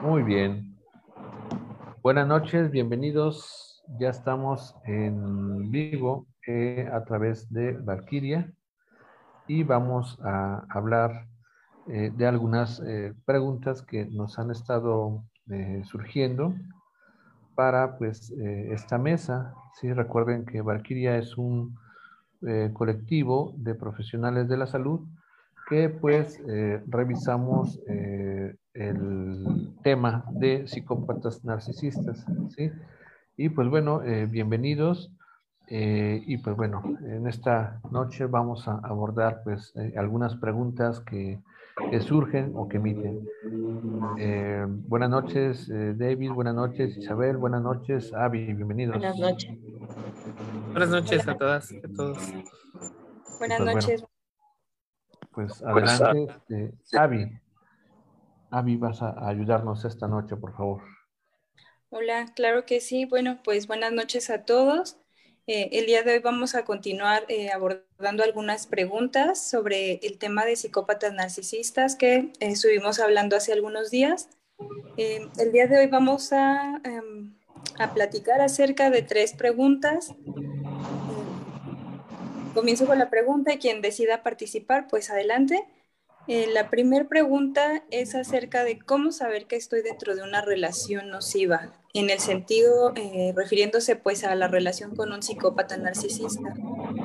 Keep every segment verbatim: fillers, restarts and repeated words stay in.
Muy bien. Buenas noches, bienvenidos. Ya estamos en vivo eh, a través de Valkyria y vamos a hablar eh, de algunas eh, preguntas que nos han estado eh, surgiendo para pues eh, esta mesa. Sí, recuerden que Valkyria es un eh, colectivo de profesionales de la salud que pues eh, revisamos eh, el tema de psicópatas narcisistas, ¿sí? Y pues bueno, eh, bienvenidos. Eh, y pues bueno, en esta noche vamos a abordar pues eh, algunas preguntas que, que surgen o que emiten. Eh, buenas noches, eh, David, buenas noches, Isabel, buenas noches, Avi, bienvenidos. Buenas noches. Buenas noches Hola. a todas y a todos. Buenas Pues noches. bueno, pues adelante, este, Avi, Avi, vas a ayudarnos esta noche, por favor. Hola, claro que sí. Bueno, pues buenas noches a todos. Eh, el día de hoy vamos a continuar eh, abordando algunas preguntas sobre el tema de psicópatas narcisistas que eh, estuvimos hablando hace algunos días. Eh, el día de hoy vamos a, um, a platicar acerca de tres preguntas. Eh, comienzo con la pregunta y quien decida participar, pues adelante. Eh, la primera pregunta es acerca de cómo saber que estoy dentro de una relación nociva, en el sentido, eh, refiriéndose pues a la relación con un psicópata narcisista.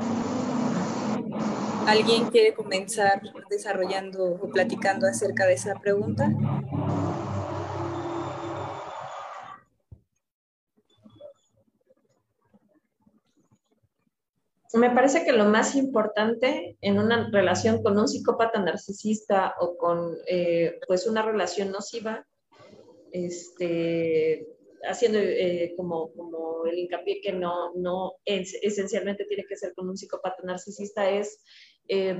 ¿Alguien quiere comenzar desarrollando o platicando acerca de esa pregunta? Me parece que lo más importante en una relación con un psicópata narcisista o con eh, pues una relación nociva, este, haciendo eh, como, como el hincapié que no, no es, esencialmente tiene que ser con un psicópata narcisista, es eh,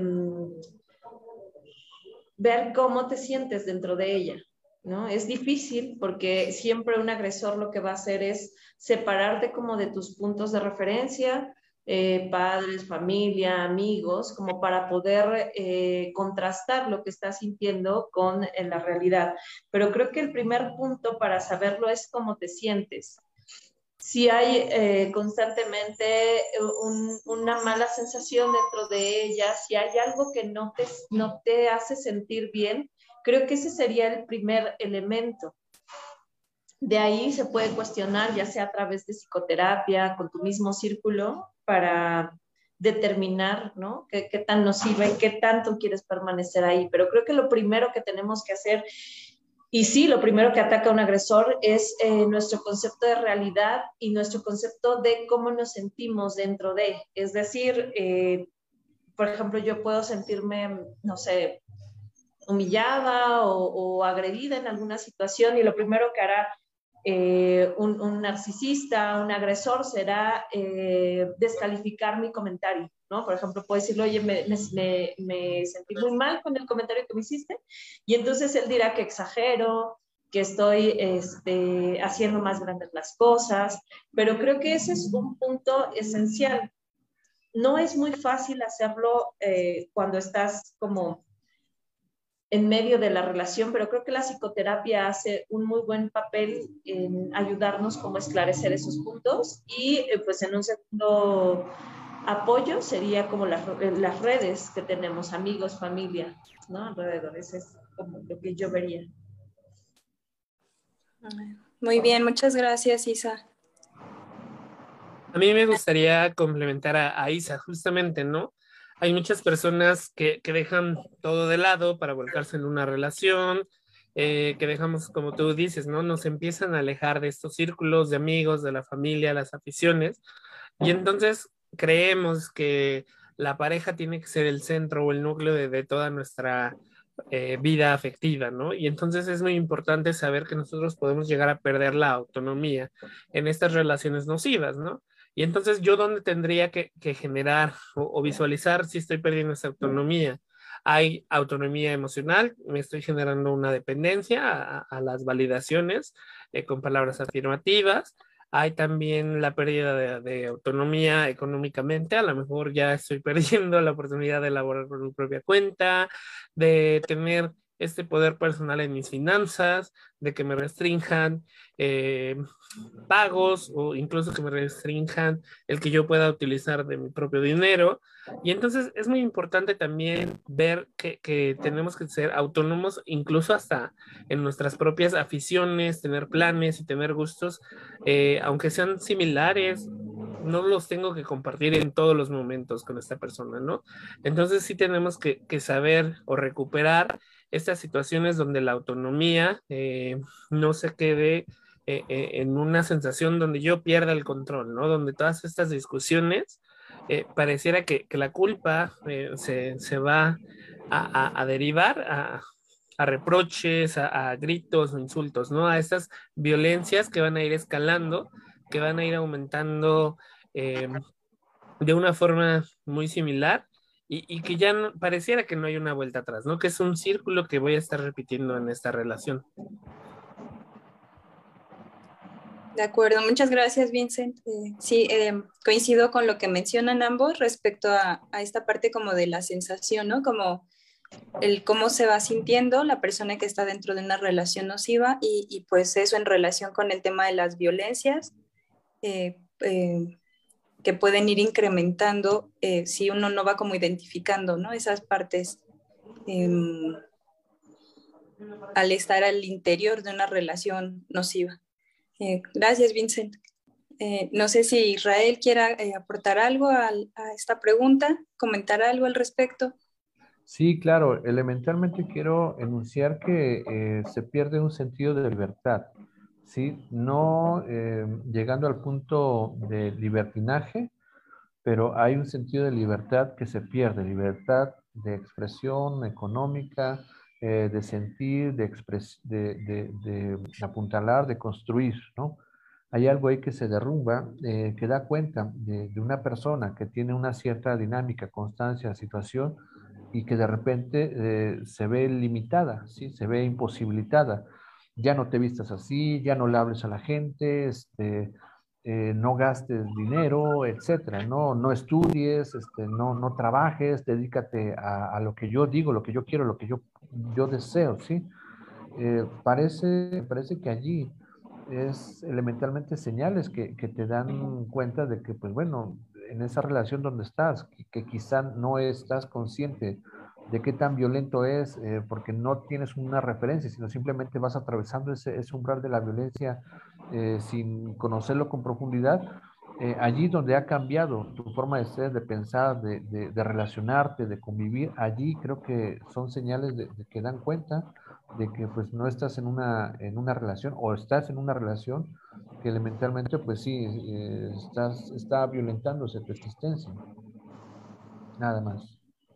ver cómo te sientes dentro de ella, ¿no? Es difícil porque siempre un agresor lo que va a hacer es separarte como de tus puntos de referencia, eh, padres, familia, amigos, como para poder eh, contrastar lo que estás sintiendo con eh, la realidad. Pero creo que el primer punto para saberlo es cómo te sientes. Si hay eh, constantemente un, una mala sensación dentro de ella, si hay algo que no te, no te hace sentir bien, creo que ese sería el primer elemento. De ahí se puede cuestionar, ya sea a través de psicoterapia, con tu mismo círculo, para determinar, ¿no? qué, qué tan nociva y qué tanto quieres permanecer ahí. Pero creo que lo primero que tenemos que hacer, y sí, lo primero que ataca a un agresor es eh, nuestro concepto de realidad y nuestro concepto de cómo nos sentimos dentro de. Es decir, eh, por ejemplo, yo puedo sentirme, no sé, humillada o, o agredida en alguna situación y lo primero que hará eh, un, un narcisista, un agresor, será eh, descalificar mi comentario, ¿no? Por ejemplo, puede decirle, oye, me, me, me sentí muy mal con el comentario que me hiciste, y entonces él dirá que exagero, que estoy este, haciendo más grandes las cosas, pero creo que ese es un punto esencial. No es muy fácil hacerlo eh, cuando estás como en medio de la relación, pero creo que la psicoterapia hace un muy buen papel en ayudarnos como a esclarecer esos puntos y eh, pues en un segundo apoyo sería como las, las redes que tenemos, amigos, familia, ¿no? Alrededor, ese es como lo que yo vería. Muy bien, muchas gracias, Isa. A mí me gustaría complementar a, a Isa, justamente, ¿no? Hay muchas personas que, que dejan todo de lado para volcarse en una relación, eh, que dejamos, como tú dices, ¿no? Nos empiezan a alejar de estos círculos de amigos, de la familia, las aficiones, y entonces creemos que la pareja tiene que ser el centro o el núcleo de, de toda nuestra eh, vida afectiva, ¿no? Y entonces es muy importante saber que nosotros podemos llegar a perder la autonomía en estas relaciones nocivas, ¿no? Y entonces yo dónde tendría que, que generar o, o visualizar si estoy perdiendo esa autonomía. Hay autonomía emocional, me estoy generando una dependencia a, a las validaciones eh, con palabras afirmativas. Hay también la pérdida de, de autonomía económicamente, a lo mejor ya estoy perdiendo la oportunidad de elaborar por mi propia cuenta, de tener este poder personal en mis finanzas, de que me restrinjan eh, pagos o incluso que me restrinjan el que yo pueda utilizar de mi propio dinero. Y entonces es muy importante también ver que, que tenemos que ser autónomos, incluso hasta en nuestras propias aficiones, tener planes y tener gustos, eh, aunque sean similares, no los tengo que compartir en todos los momentos con esta persona, ¿no? Entonces sí tenemos que, que saber o recuperar estas situaciones donde la autonomía eh, no se quede eh, eh, en una sensación donde yo pierda el control, ¿no? Donde todas estas discusiones eh, pareciera que, que la culpa eh, se, se va a, a, a derivar a, a reproches, a, a gritos o insultos, ¿no? A estas violencias que van a ir escalando, que van a ir aumentando eh, de una forma muy similar y, y que ya no, pareciera que no hay una vuelta atrás, ¿no? Que es un círculo que voy a estar repitiendo en esta relación. De acuerdo, muchas gracias, Vincent. Eh, sí, eh, coincido con lo que mencionan ambos respecto a, a esta parte como de la sensación, ¿no? Como el cómo se va sintiendo la persona que está dentro de una relación nociva y, y pues eso en relación con el tema de las violencias eh, eh, que pueden ir incrementando eh, si uno no va como identificando, ¿no? Esas partes eh, al estar al interior de una relación nociva. Eh, gracias, Vincent. Eh, no sé si Israel quiera eh, aportar algo a, a esta pregunta, comentar algo al respecto. Sí, claro. Elementalmente quiero enunciar que eh, se pierde un sentido de libertad, ¿sí? No eh, llegando al punto de libertinaje, pero hay un sentido de libertad que se pierde, libertad de expresión económica, eh, de sentir, de, expres de, de, de apuntalar, de construir, ¿no? Hay algo ahí que se derrumba, eh, que da cuenta de, de una persona que tiene una cierta dinámica, constancia, situación, y que de repente eh, se ve limitada, ¿sí? Se ve imposibilitada. Ya no te vistas así, ya no le hables a la gente, este, eh, no gastes dinero, etcétera, no, no estudies, este, no, no trabajes, dedícate a, a lo que yo digo, lo que yo quiero, lo que yo, yo deseo, ¿sí? Eh, parece, parece que allí es elementalmente señales que, que te dan cuenta de que, pues bueno, en esa relación donde estás, que, que quizá no estás consciente de qué tan violento es, eh, porque no tienes una referencia, sino simplemente vas atravesando ese, ese umbral de la violencia eh, sin conocerlo con profundidad. Eh, allí donde ha cambiado tu forma de ser, de pensar, de, de, de relacionarte, de convivir, allí creo que son señales de, de que dan cuenta de que pues no estás en una, en una relación o estás en una relación que elementalmente pues sí, eh, estás, está violentándose tu existencia. Nada más.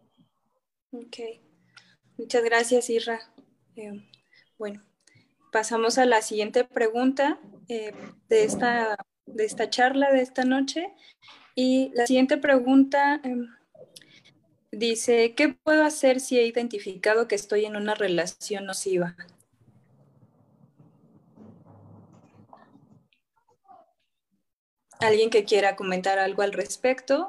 Ok, muchas gracias, Isra. Eh, bueno, pasamos a la siguiente pregunta eh, de, esta, de esta charla de esta noche. Y la siguiente pregunta eh, dice, ¿qué puedo hacer si he identificado que estoy en una relación nociva? ¿Alguien que quiera comentar algo al respecto?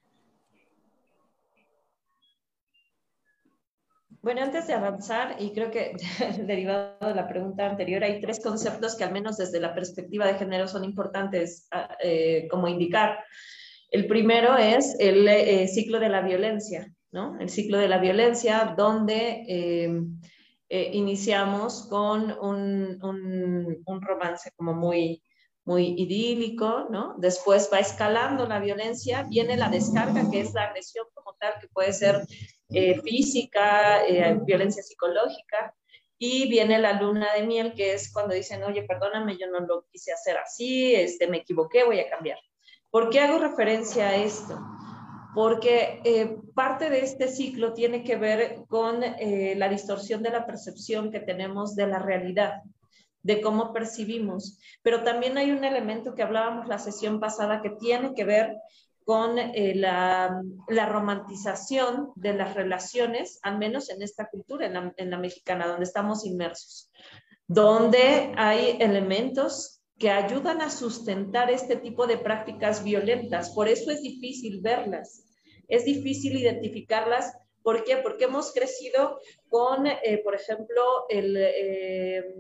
Bueno, antes de avanzar, y creo que derivado de la pregunta anterior, hay tres conceptos que al menos desde la perspectiva de género son importantes eh, como indicar. El primero es el eh, ciclo de la violencia, ¿no? El ciclo de la violencia donde eh, eh, iniciamos con un, un, un romance como muy, muy idílico, ¿no? Después va escalando la violencia, viene la descarga, que es la agresión como tal, que puede ser eh, física, eh, violencia psicológica, y viene la luna de miel, que es cuando dicen, oye, perdóname, yo no lo quise hacer así, este, me equivoqué, voy a cambiar. ¿Por qué hago referencia a esto? Porque eh, parte de este ciclo tiene que ver con eh, la distorsión de la percepción que tenemos de la realidad, de cómo percibimos. Pero también hay un elemento que hablábamos la sesión pasada que tiene que ver con eh, la, la romantización de las relaciones, al menos en esta cultura, en la, en la mexicana, donde estamos inmersos, donde hay elementos que ayudan a sustentar este tipo de prácticas violentas. Por eso es difícil verlas, es difícil identificarlas ¿Por qué? Porque hemos crecido con, eh, por ejemplo, el... Eh,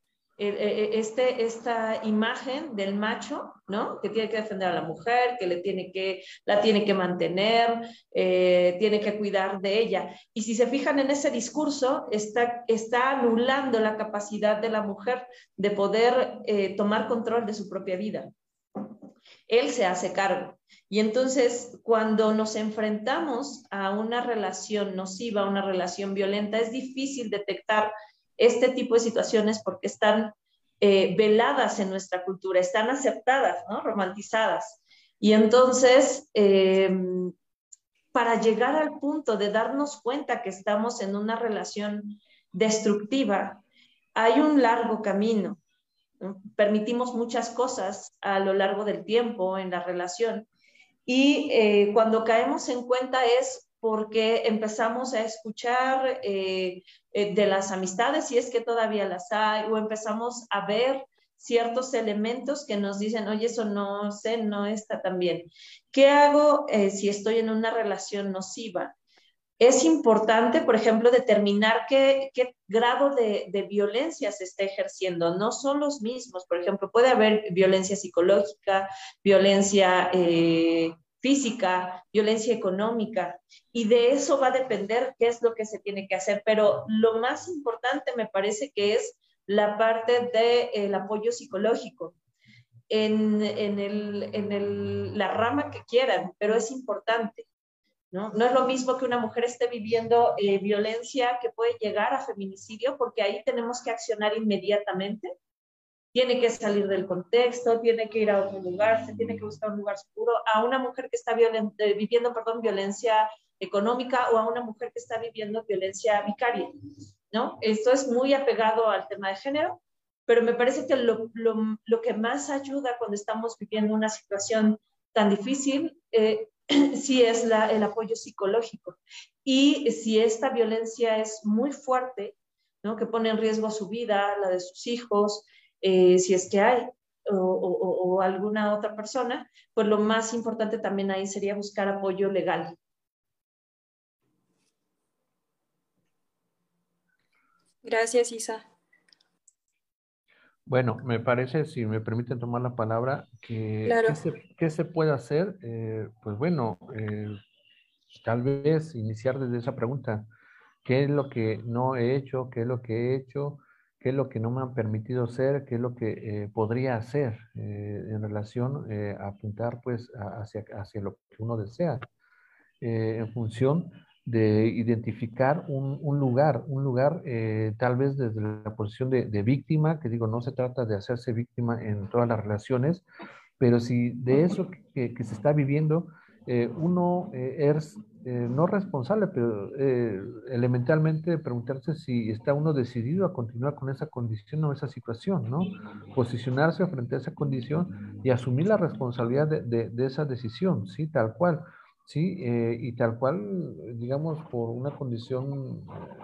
Este, esta imagen del macho, ¿no? Que tiene que defender a la mujer, que, le tiene que la tiene que mantener, eh, tiene que cuidar de ella. Y si se fijan en ese discurso, está, está anulando la capacidad de la mujer de poder eh, tomar control de su propia vida. Él se hace cargo. Y entonces, cuando nos enfrentamos a una relación nociva, a una relación violenta, es difícil detectar este tipo de situaciones porque están eh, veladas en nuestra cultura, están aceptadas, ¿no? Romantizadas. Y entonces, eh, para llegar al punto de darnos cuenta que estamos en una relación destructiva, hay un largo camino. Permitimos muchas cosas a lo largo del tiempo en la relación y eh, cuando caemos en cuenta es porque empezamos a escuchar eh, eh, de las amistades, si es que todavía las hay, o empezamos a ver ciertos elementos que nos dicen, oye, eso no sé, no está tan bien. ¿Qué hago eh, si estoy en una relación nociva? Es importante, por ejemplo, determinar qué, qué grado de, de violencia se está ejerciendo. No son los mismos. Por ejemplo, puede haber violencia psicológica, violencia eh, física, violencia económica, y de eso va a depender qué es lo que se tiene que hacer. Pero lo más importante me parece que es la parte del de, apoyo psicológico. En, en, el, en el, la rama que quieran, pero es importante. ¿No? No es lo mismo que una mujer esté viviendo eh, violencia que puede llegar a feminicidio, porque ahí tenemos que accionar inmediatamente. Tiene que salir del contexto, tiene que ir a otro lugar, se tiene que buscar un lugar seguro. A una mujer que está violen, eh, viviendo perdón, violencia económica o a una mujer que está viviendo violencia vicaria. ¿No? Esto es muy apegado al tema de género, pero me parece que lo, lo, lo que más ayuda cuando estamos viviendo una situación tan difícil eh, sí es la, el apoyo psicológico. Y si esta violencia es muy fuerte, ¿no? Que pone en riesgo su vida, la de sus hijos, eh, si es que hay, o, o, o alguna otra persona, pues lo más importante también ahí sería buscar apoyo legal. Gracias, Isa. Bueno, me parece, si me permiten tomar la palabra, que Claro. ¿qué se, qué se puede hacer? Eh, pues bueno, eh, tal vez iniciar desde esa pregunta. ¿Qué es lo que no he hecho? ¿Qué es lo que he hecho? ¿Qué es lo que no me han permitido hacer? ¿Qué es lo que eh, podría hacer eh, en relación eh, a apuntar pues a, hacia, hacia lo que uno desea? Eh, en función de identificar un, un lugar, un lugar eh, tal vez desde la posición de, de víctima, que digo, no se trata de hacerse víctima en todas las relaciones, pero si de eso que, que se está viviendo, eh, uno eh, es eh, no responsable, pero eh, elementalmente preguntarse si está uno decidido a continuar con esa condición o esa situación, ¿no? Posicionarse frente a esa condición y asumir la responsabilidad de, de, de esa decisión, ¿sí? Tal cual. Sí, eh, y tal cual, digamos, por una condición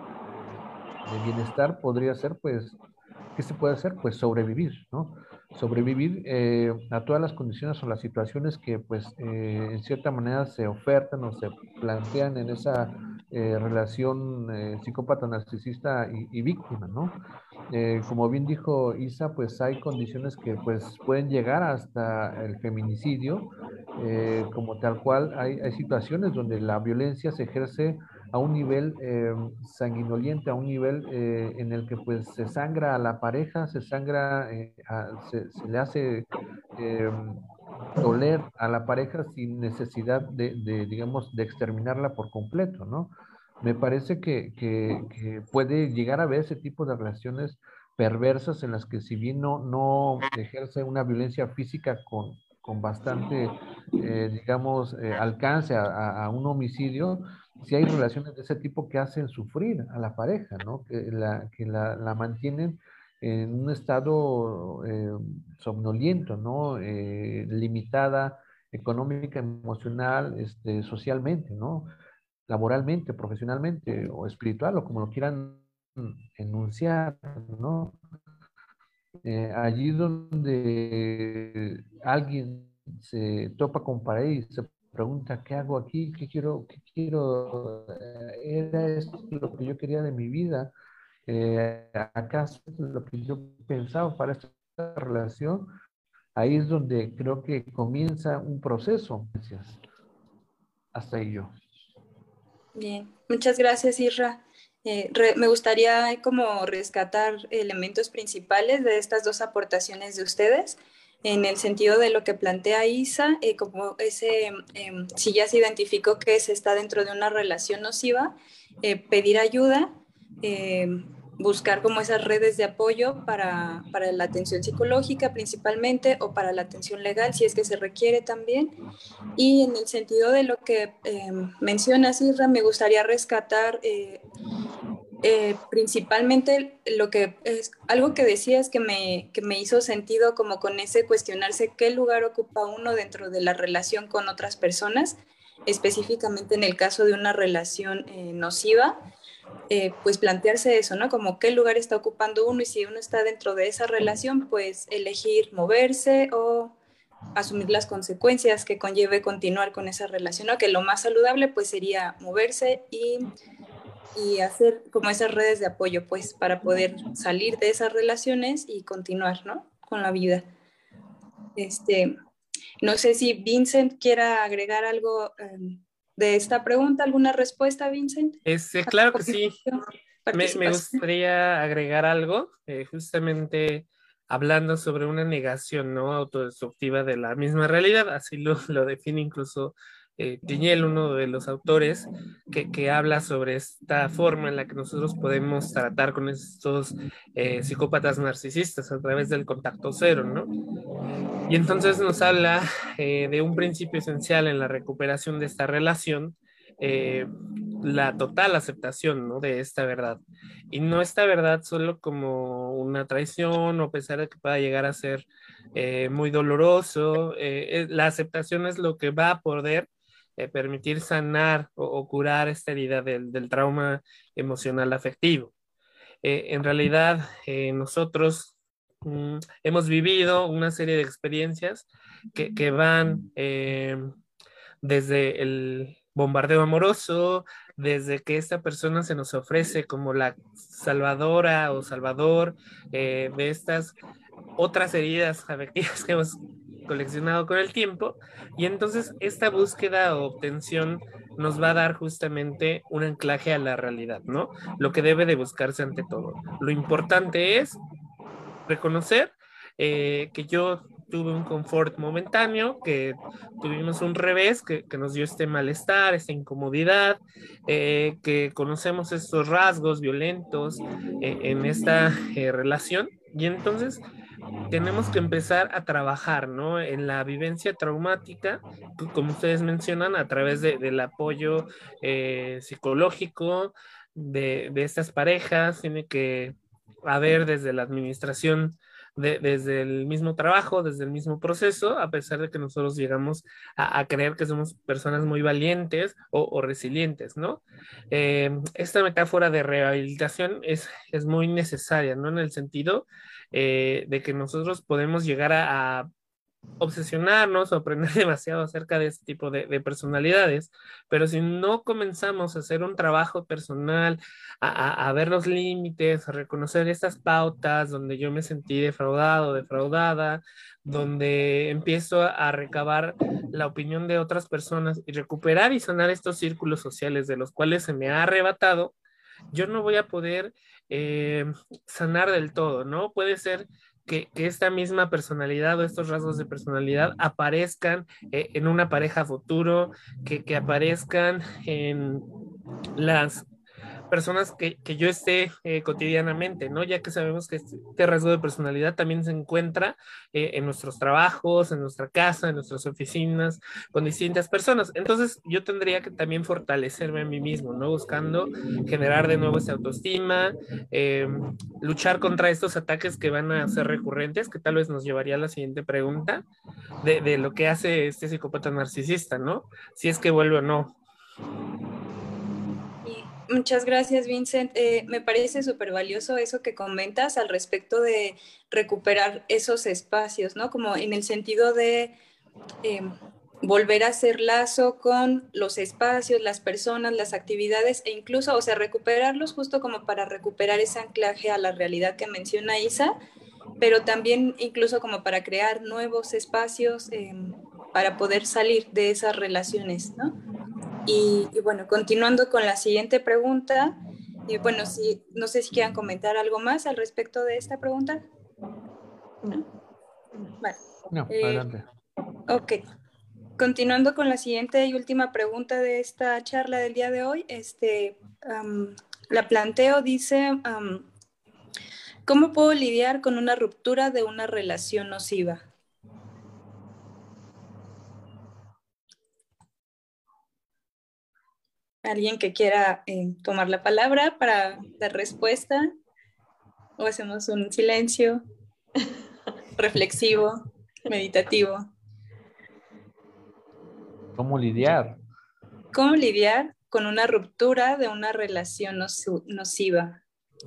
eh, de bienestar podría ser, pues, ¿qué se puede hacer? Pues sobrevivir, ¿no? Sobrevivir eh, a todas las condiciones o las situaciones que, pues, eh, en cierta manera se ofertan o se plantean en esa eh, relación eh, psicópata, narcisista y, y víctima, ¿no? Eh, como bien dijo Isa, pues hay condiciones que pues pueden llegar hasta el feminicidio, eh, como tal cual hay, hay situaciones donde la violencia se ejerce a un nivel eh, sanguinoliente, a un nivel eh, en el que pues se sangra a la pareja, se sangra, eh, a, se, se, le hace eh, doler a la pareja sin necesidad de, de, digamos, de exterminarla por completo, ¿no? Me parece que, que, que puede llegar a haber ese tipo de relaciones perversas en las que si bien no, no ejerce una violencia física con, con bastante, eh, digamos, eh, alcance a, a, a un homicidio, si hay relaciones de ese tipo que hacen sufrir a la pareja, ¿no? Que la, que la, la mantienen en un estado eh, somnoliento, ¿no? Eh, limitada económica, emocional, este, socialmente, ¿no? Laboralmente, profesionalmente o espiritual o como lo quieran enunciar, ¿no? Eh, allí donde alguien se topa con pared y se pregunta, ¿qué hago aquí? ¿Qué quiero? ¿Qué quiero? Eh, ¿Era esto lo que yo quería de mi vida? Eh, ¿acaso es lo que yo pensaba para esta relación? Ahí es donde creo que comienza un proceso. Gracias. Hasta ahí yo. Bien, muchas gracias, Isra. Eh, re, me gustaría como rescatar elementos principales de estas dos aportaciones de ustedes, en el sentido de lo que plantea Isa, eh, como ese, eh, si ya se identificó que se está dentro de una relación nociva, eh, pedir ayuda, eh, buscar como esas redes de apoyo para, para la atención psicológica principalmente, o para la atención legal, si es que se requiere también. Y en el sentido de lo que eh, mencionas, Isra, me gustaría rescatar eh, eh, principalmente lo que es algo que decías que me, que me hizo sentido, como con ese cuestionarse qué lugar ocupa uno dentro de la relación con otras personas, específicamente en el caso de una relación eh, nociva. Eh, pues plantearse eso, ¿no? Como qué lugar está ocupando uno, y si uno está dentro de esa relación, pues elegir moverse o asumir las consecuencias que conlleve continuar con esa relación, ¿no? Que lo más saludable pues sería moverse y, y hacer como esas redes de apoyo pues para poder salir de esas relaciones y continuar, ¿no? Con la vida. Este, no sé si Vincent quiera agregar algo eh, de esta pregunta, alguna respuesta, Vincent. Este, claro que sí. Me, me Participación. gustaría agregar algo, eh, justamente hablando sobre una negación, ¿no?, autodestructiva de la misma realidad. Así lo, lo define incluso eh, Tiñel, uno de los autores, que, que habla sobre esta forma en la que nosotros podemos tratar con estos eh, psicópatas narcisistas a través del contacto cero, ¿no? Y entonces nos habla eh, de un principio esencial en la recuperación de esta relación, eh, la total aceptación, ¿no?, de esta verdad. Y no esta verdad solo como una traición, o a pesar de que pueda llegar a ser eh, muy doloroso, eh, la aceptación es lo que va a poder eh, permitir sanar o, o curar esta herida del, del trauma emocional afectivo. Eh, en realidad, eh, nosotros mm, hemos vivido una serie de experiencias que, que van eh, desde el bombardeo amoroso, desde que esta persona se nos ofrece como la salvadora o salvador eh, de estas otras heridas afectivas que hemos coleccionado con el tiempo, y entonces esta búsqueda o obtención nos va a dar justamente un anclaje a la realidad, ¿no? Lo que debe de buscarse ante todo. Lo importante es reconocer eh, que yo tuve un confort momentáneo, que tuvimos un revés, que, que nos dio este malestar, esta incomodidad, eh, que conocemos estos rasgos violentos eh, en esta eh, relación, y entonces tenemos que empezar a trabajar, ¿no?, en la vivencia traumática, como ustedes mencionan, a través de, del apoyo eh, psicológico de, de estas parejas. Tiene que haber desde la administración, de, desde el mismo trabajo, desde el mismo proceso, a pesar de que nosotros llegamos a, a creer que somos personas muy valientes o, o resilientes, ¿no? Eh, esta metáfora de rehabilitación es, es muy necesaria, ¿no?, en el sentido eh, de que nosotros podemos llegar a, a obsesionarnos o aprender demasiado acerca de este tipo de, de personalidades, pero si no comenzamos a hacer un trabajo personal, a, a, a ver los límites, a reconocer estas pautas donde yo me sentí defraudado, defraudada, donde empiezo a recabar la opinión de otras personas y recuperar y sanar estos círculos sociales de los cuales se me ha arrebatado, yo no voy a poder eh, sanar del todo, ¿no? Puede ser que, que esta misma personalidad o estos rasgos de personalidad aparezcan eh, en una pareja futuro, que, que aparezcan en las personas que, que yo esté eh, cotidianamente, ¿no? Ya que sabemos que este rasgo de personalidad también se encuentra eh, en nuestros trabajos, en nuestra casa, en nuestras oficinas, con distintas personas. Entonces yo tendría que también fortalecerme a mí mismo, ¿no? Buscando generar de nuevo esa autoestima, eh, luchar contra estos ataques que van a ser recurrentes, que tal vez nos llevaría a la siguiente pregunta, de, de lo que hace este psicópata narcisista, ¿no? Si es que vuelve o no. Muchas gracias, Vincent. Eh, me parece súper valioso eso que comentas al respecto de recuperar esos espacios, ¿no? Como en el sentido de, eh, volver a hacer lazo con los espacios, las personas, las actividades e incluso, o sea, recuperarlos justo como para recuperar ese anclaje a la realidad que menciona Isa, pero también incluso como para crear nuevos espacios eh, para poder salir de esas relaciones, ¿no? Y, y bueno, continuando con la siguiente pregunta, y bueno, si, no sé si quieran comentar algo más al respecto de esta pregunta. No. Vale. No, Eh, adelante. ok. Continuando con la siguiente y última pregunta de esta charla del día de hoy, este, um, la planteo, dice, um, ¿cómo puedo lidiar con una ruptura de una relación nociva? ¿Alguien que quiera eh, tomar la palabra para dar respuesta? ¿O hacemos un silencio reflexivo, meditativo? ¿Cómo lidiar? ¿Cómo lidiar con una ruptura de una relación nociva?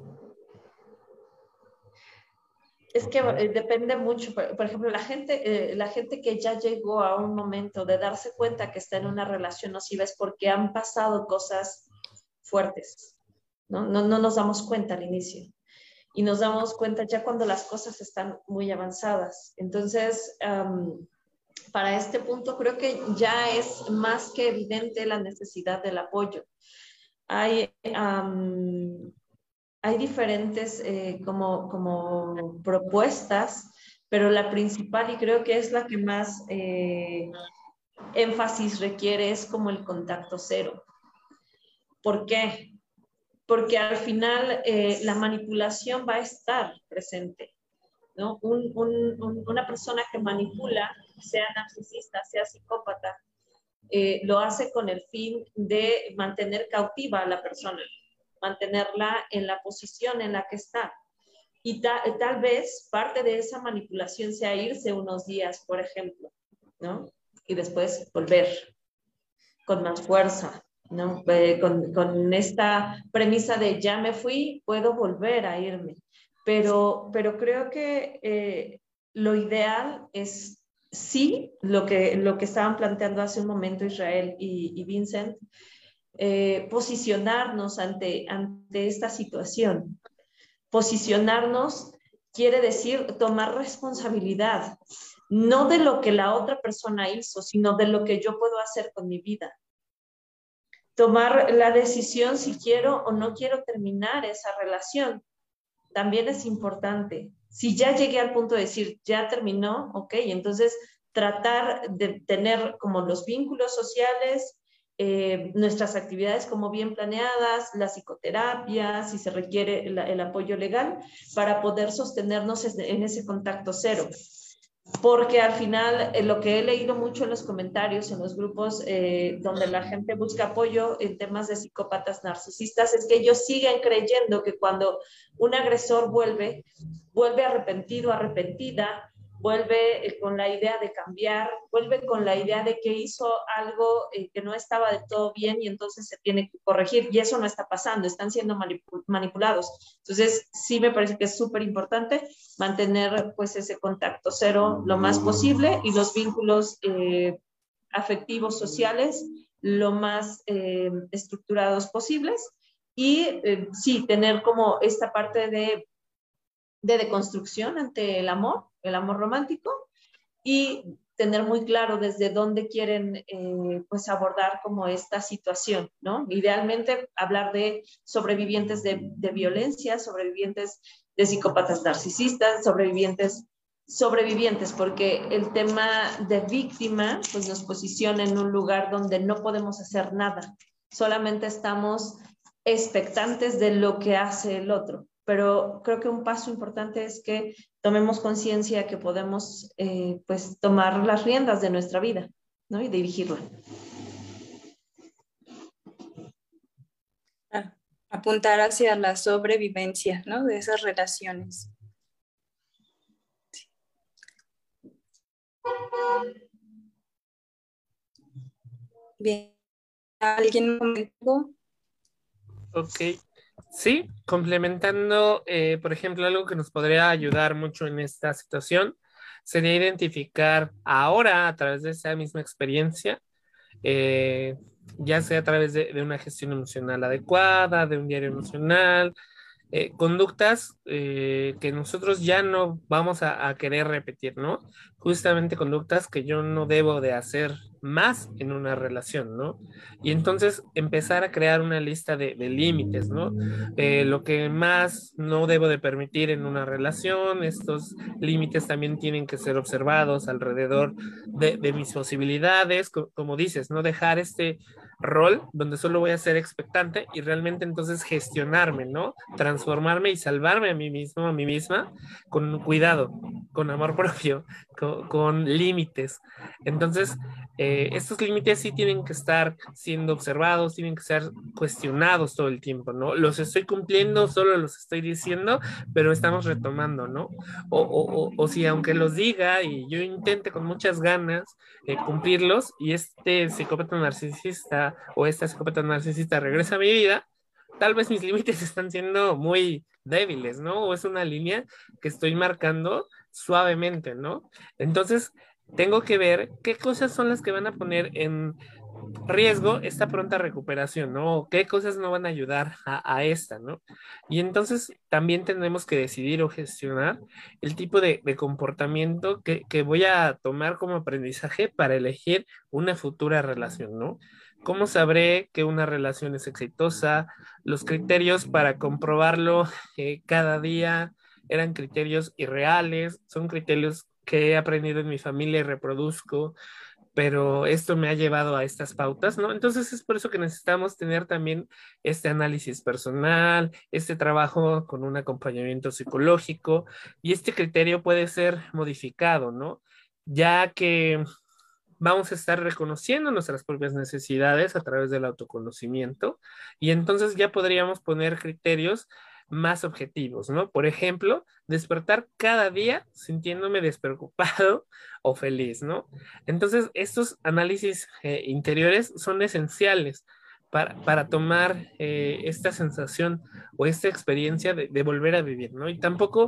Es que eh, depende mucho, por, por ejemplo, la gente, eh, la gente que ya llegó a un momento de darse cuenta que está en una relación nociva es porque han pasado cosas fuertes, ¿no? No, no nos damos cuenta al inicio y nos damos cuenta ya cuando las cosas están muy avanzadas. Entonces, um, para este punto creo que ya es más que evidente la necesidad del apoyo. Hay... Um, Hay diferentes eh, como, como propuestas, pero la principal y creo que es la que más eh, énfasis requiere es como el contacto cero. ¿Por qué? Porque al final eh, la manipulación va a estar presente, ¿no? Un, un, un, una persona que manipula, sea narcisista, sea psicópata, eh, lo hace con el fin de mantener cautiva a la persona, mantenerla en la posición en la que está. Y ta, tal vez parte de esa manipulación sea irse unos días, por ejemplo, ¿no? Y después volver con más fuerza, ¿no? Eh, con, con esta premisa de ya me fui, puedo volver a irme. Pero, pero creo que eh, lo ideal es sí, lo que, lo que estaban planteando hace un momento Israel y, y Vincent, eh, posicionarnos ante, ante esta situación. Posicionarnos quiere decir tomar responsabilidad, no de lo que la otra persona hizo, sino de lo que yo puedo hacer con mi vida. Tomar la decisión si quiero o no quiero terminar esa relación. También es importante. Si ya llegué al punto de decir, ya terminó, ok, entonces tratar de tener como los vínculos sociales, eh, nuestras actividades como bien planeadas, la psicoterapia, si se requiere el, el apoyo legal, para poder sostenernos en ese contacto cero. Porque al final eh, lo que he leído mucho en los comentarios, en los grupos eh, donde la gente busca apoyo en temas de psicópatas narcisistas, es que ellos siguen creyendo que cuando un agresor vuelve, vuelve arrepentido, arrepentida, vuelve eh, con la idea de cambiar, vuelve con la idea de que hizo algo eh, que no estaba de todo bien y entonces se tiene que corregir. Y eso no está pasando, están siendo manipul manipulados. Entonces sí me parece que es súper importante mantener pues ese contacto cero lo más posible y los vínculos eh, afectivos sociales lo más eh, estructurados posibles y eh, sí, tener como esta parte de, de deconstrucción ante el amor, el amor romántico y tener muy claro desde dónde quieren eh, pues abordar como esta situación, ¿no? Idealmente hablar de sobrevivientes de, de violencia, sobrevivientes de psicópatas narcisistas, sobrevivientes, sobrevivientes, porque el tema de víctima pues nos posiciona en un lugar donde no podemos hacer nada, solamente estamos expectantes de lo que hace el otro. Pero creo que un paso importante es que tomemos conciencia que podemos eh, pues tomar las riendas de nuestra vida, ¿no? Y dirigirla. Ah, apuntar hacia la sobrevivencia, ¿no? De esas relaciones. Bien. ¿Alguien comentó? Ok. Sí, complementando, eh, por ejemplo, algo que nos podría ayudar mucho en esta situación sería identificar ahora a través de esa misma experiencia, eh, ya sea a través de, de una gestión emocional adecuada, de un diario emocional, eh, conductas eh, que nosotros ya no vamos a, a querer repetir, ¿no? Justamente conductas que yo no debo de hacer más en una relación, ¿no? Y entonces empezar a crear una lista de, de límites, ¿no? Eh, lo que más no debo de permitir en una relación, estos límites también tienen que ser observados alrededor de, de mis posibilidades, co como dices, no dejar este rol donde solo voy a ser expectante y realmente entonces gestionarme, ¿no? Transformarme y salvarme a mí mismo, a mí misma, con cuidado, con amor propio, con, con límites. Entonces, eh, estos límites sí tienen que estar siendo observados, tienen que ser cuestionados todo el tiempo, ¿no? Los estoy cumpliendo, solo los estoy diciendo, pero estamos retomando, ¿no? O, o, o, o si aunque los diga y yo intente con muchas ganas eh, cumplirlos y este psicópata narcisista o esta psicópata narcisista regresa a mi vida, tal vez mis límites están siendo muy débiles, ¿no? O es una línea que estoy marcando suavemente, ¿no? Entonces, tengo que ver qué cosas son las que van a poner en riesgo esta pronta recuperación, ¿no? ¿Qué cosas no van a ayudar a, a esta, ¿no? Y entonces también tenemos que decidir o gestionar el tipo de, de comportamiento que, que voy a tomar como aprendizaje para elegir una futura relación, ¿no? ¿Cómo sabré que una relación es exitosa? Los criterios para comprobarlo eh, cada día eran criterios irreales, son criterios que he aprendido en mi familia y reproduzco, pero esto me ha llevado a estas pautas, ¿no? Entonces es por eso que necesitamos tener también este análisis personal, este trabajo con un acompañamiento psicológico y este criterio puede ser modificado, ¿no? Ya que vamos a estar reconociendo nuestras propias necesidades a través del autoconocimiento y entonces ya podríamos poner criterios más objetivos, ¿no? Por ejemplo, despertar cada día sintiéndome despreocupado o feliz, ¿no? Entonces, estos análisis eh, interiores son esenciales para, para tomar eh, esta sensación o esta experiencia de, de volver a vivir, ¿no? Y tampoco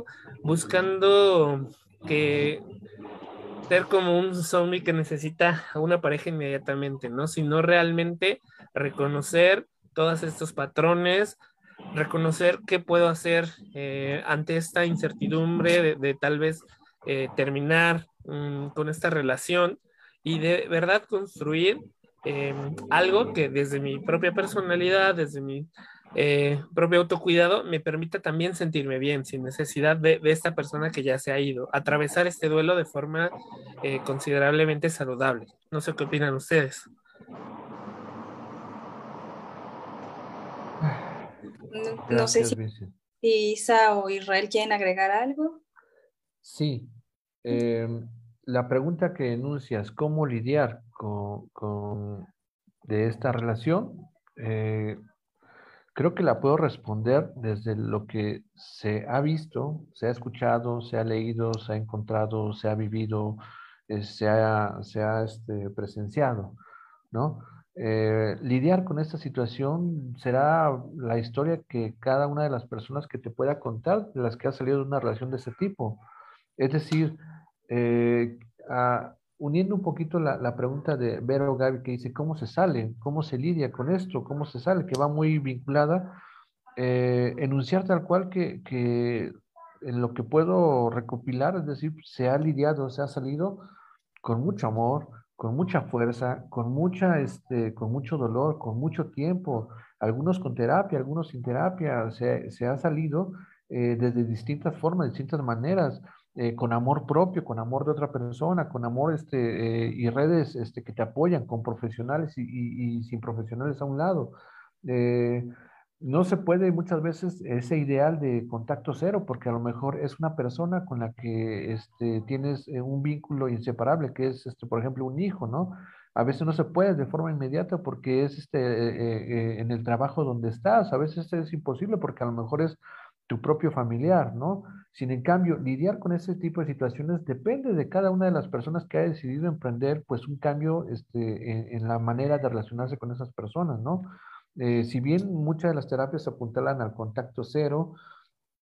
buscando que ser como un zombie que necesita a una pareja inmediatamente, ¿no? Sino realmente reconocer todos estos patrones, reconocer qué puedo hacer eh, ante esta incertidumbre de, de tal vez eh, terminar um, con esta relación y de verdad construir eh, algo que desde mi propia personalidad, desde mi eh, propio autocuidado, me permita también sentirme bien, sin necesidad de, de esta persona que ya se ha ido, atravesar este duelo de forma eh, considerablemente saludable. No sé qué opinan ustedes. No, no sé Gracias, si Vincent. Isa o Israel quieren agregar algo. Sí. Eh, la pregunta que enuncias, ¿cómo lidiar con, con de esta relación? Eh, creo que la puedo responder desde lo que se ha visto, se ha escuchado, se ha leído, se ha encontrado, se ha vivido, eh, se ha, se ha este, presenciado, ¿no? Eh, lidiar con esta situación será la historia que cada una de las personas que te pueda contar, de las que ha salido de una relación de ese tipo. Es decir, eh, a- uniendo un poquito la, la pregunta de Vero Gaby que dice, ¿cómo se sale? ¿Cómo se lidia con esto? ¿Cómo se sale? Que va muy vinculada, eh, enunciar tal cual que, que en lo que puedo recopilar, es decir, se ha lidiado, se ha salido con mucho amor, con mucha fuerza, con mucha, este, con mucho dolor, con mucho tiempo, algunos con terapia, algunos sin terapia, se, se ha salido eh, desde distintas formas, distintas maneras, eh, con amor propio, con amor de otra persona, con amor este, eh, y redes este, que te apoyan, con profesionales y, y- y sin profesionales a un lado. Eh, no se puede muchas veces ese ideal de contacto cero, porque a lo mejor es una persona con la que este, tienes eh, un vínculo inseparable, que es, este, por ejemplo, un hijo, ¿no? A veces no se puede de forma inmediata porque es este, eh, eh, en el trabajo donde estás, a veces es imposible porque a lo mejor es tu propio familiar, ¿no? Sin en cambio, lidiar con ese tipo de situaciones depende de cada una de las personas que ha decidido emprender, pues, un cambio este, en, en la manera de relacionarse con esas personas, ¿no? Eh, si bien muchas de las terapias apuntalan al contacto cero,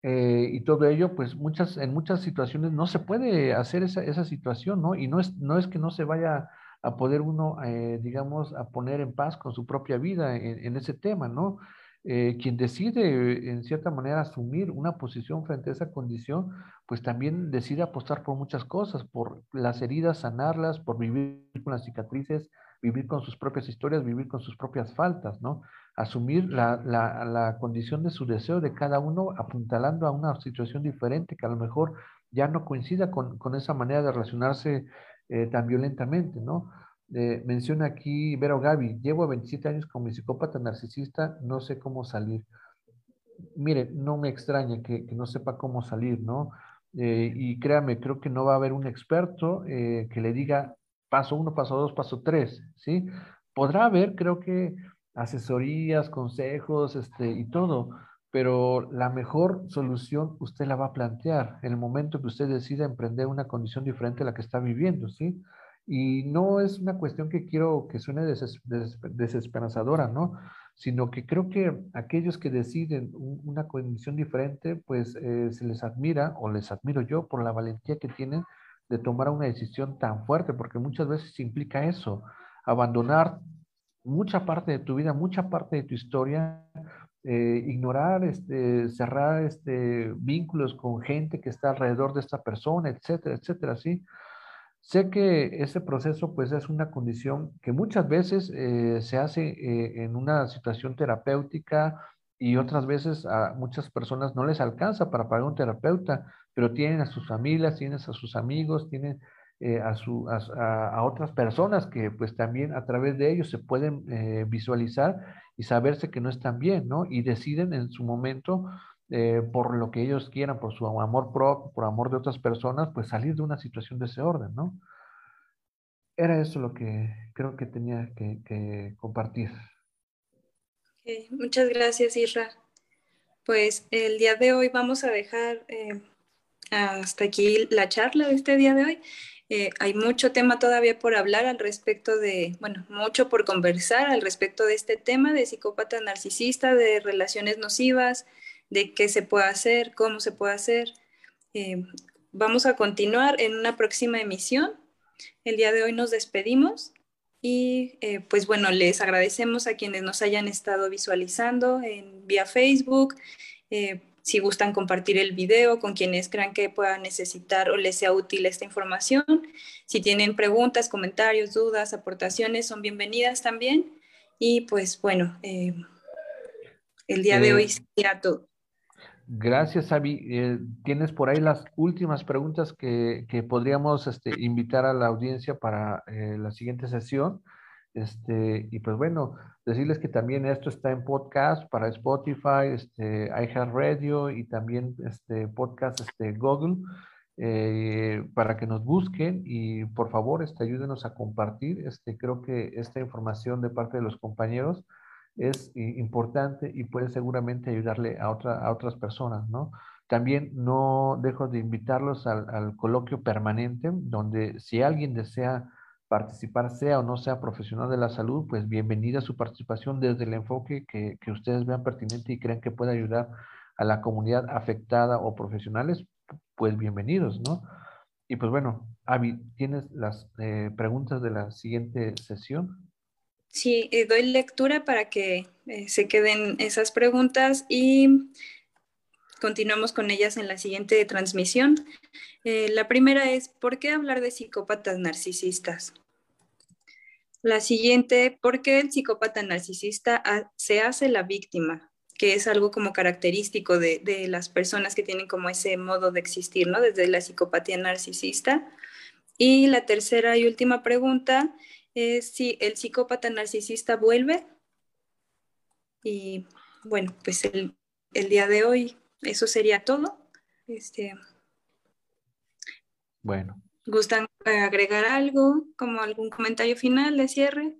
eh, y todo ello, pues muchas, en muchas situaciones no se puede hacer esa, esa situación, ¿no? Y no es, no es que no se vaya a poder uno, eh, digamos, a poner en paz con su propia vida en, en ese tema, ¿no? Eh, quien decide, en cierta manera, asumir una posición frente a esa condición, pues también decide apostar por muchas cosas, por las heridas, sanarlas, por vivir con las cicatrices, vivir con sus propias historias, vivir con sus propias faltas, ¿no? Asumir la, la, la condición de su deseo de cada uno, apuntalando a una situación diferente que a lo mejor ya no coincida con, con esa manera de relacionarse eh, tan violentamente, ¿no? Eh, menciona aquí Vero Gaby, llevo veintisiete años con mi psicópata narcisista, no sé cómo salir. Mire, no me extraña que, que no sepa cómo salir, ¿no? Eh, y créame, creo que no va a haber un experto eh, que le diga paso uno, paso dos, paso tres, ¿sí? Podrá haber, creo que, asesorías, consejos, este, y todo, pero la mejor solución usted la va a plantear en el momento que usted decida emprender una condición diferente a la que está viviendo, ¿sí? Y no es una cuestión que quiero que suene deses- des- desesperanzadora, ¿no? Sino que creo que aquellos que deciden un- una condición diferente, pues eh, se les admira o les admiro yo por la valentía que tienen de tomar una decisión tan fuerte, porque muchas veces implica eso, abandonar mucha parte de tu vida, mucha parte de tu historia, eh, ignorar, este, cerrar este, vínculos con gente que está alrededor de esta persona, etcétera, etcétera, ¿sí? Sé que ese proceso pues es una condición que muchas veces eh, se hace eh, en una situación terapéutica y otras veces a muchas personas no les alcanza para pagar un terapeuta, pero tienen a sus familias, tienen a sus amigos, tienen eh, a, su, a, a- a otras personas que pues también a través de ellos se pueden eh, visualizar y saberse que no están bien, ¿no? Y deciden en su momento eh, por lo que ellos quieran, por su amor propio, por amor de otras personas, pues salir de una situación de ese orden, ¿no? Era eso lo que creo que tenía que, que compartir. Ok, muchas gracias, Isra. Pues el día de hoy vamos a dejar eh, hasta aquí la charla de este día de hoy. Eh, hay mucho tema todavía por hablar al respecto de, bueno, mucho por conversar al respecto de este tema de psicópata narcisista, de relaciones nocivas, de qué se puede hacer, cómo se puede hacer. Eh, Vamos a continuar en una próxima emisión. El día de hoy nos despedimos y eh, pues bueno, les agradecemos a quienes nos hayan estado visualizando en vía Facebook. Eh, si gustan compartir el video con quienes crean que puedan necesitar o les sea útil esta información. Si tienen preguntas, comentarios, dudas, aportaciones, son bienvenidas también. Y pues bueno, eh, el día de hoy Eh, sería todo. gracias, Avi. Eh, ¿tienes por ahí las últimas preguntas que, que podríamos este, invitar a la audiencia para eh, la siguiente sesión? Este, y pues bueno, decirles que también esto está en podcast para Spotify, este, iHeartRadio y también este podcast este, Google, eh, para que nos busquen y por favor este, ayúdenos a compartir. Este, creo que esta información de parte de los compañeros es eh, importante y puede seguramente ayudarle a, otra, a otras personas, ¿no? También no dejo de invitarlos al, al coloquio permanente, donde si alguien desea participar, sea o no sea profesional de la salud, pues bienvenida su participación desde el enfoque que, que ustedes vean pertinente y crean que puede ayudar a la comunidad afectada o profesionales, pues bienvenidos, ¿no? Y pues bueno, Avi, ¿tienes las eh, preguntas de la siguiente sesión? Sí, eh, doy lectura para que eh, se queden esas preguntas y continuamos con ellas en la siguiente transmisión. Eh, la primera es, ¿por qué hablar de psicópatas narcisistas? La siguiente, ¿por qué el psicópata narcisista ha- se hace la víctima? Que es algo como característico de, de las personas que tienen como ese modo de existir, ¿no? Desde la psicopatía narcisista. Y la tercera y última pregunta es si el psicópata narcisista vuelve. Y bueno, pues el, el día de hoy eso sería todo. Este, Bueno. ¿Gustan eh, agregar algo, como algún comentario final de cierre?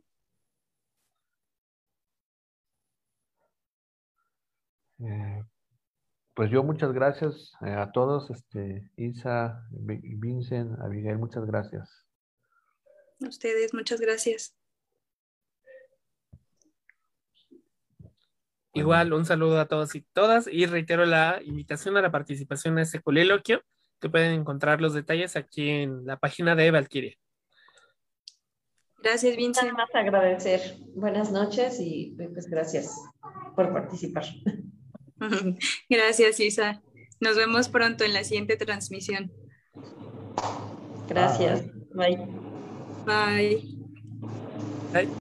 Eh, pues yo muchas gracias eh, a todos, este, Isa, Vi- Vincent, Abigail, muchas gracias. A ustedes, muchas gracias. Igual, un saludo a todos y todas y reitero la invitación a la participación en este coliloquio, que pueden encontrar los detalles aquí en la página de Valkyria. Gracias, Vince. Nada más agradecer. Buenas noches y pues gracias por participar. Gracias, Isa. Nos vemos pronto en la siguiente transmisión. Gracias. Bye. Bye. Bye.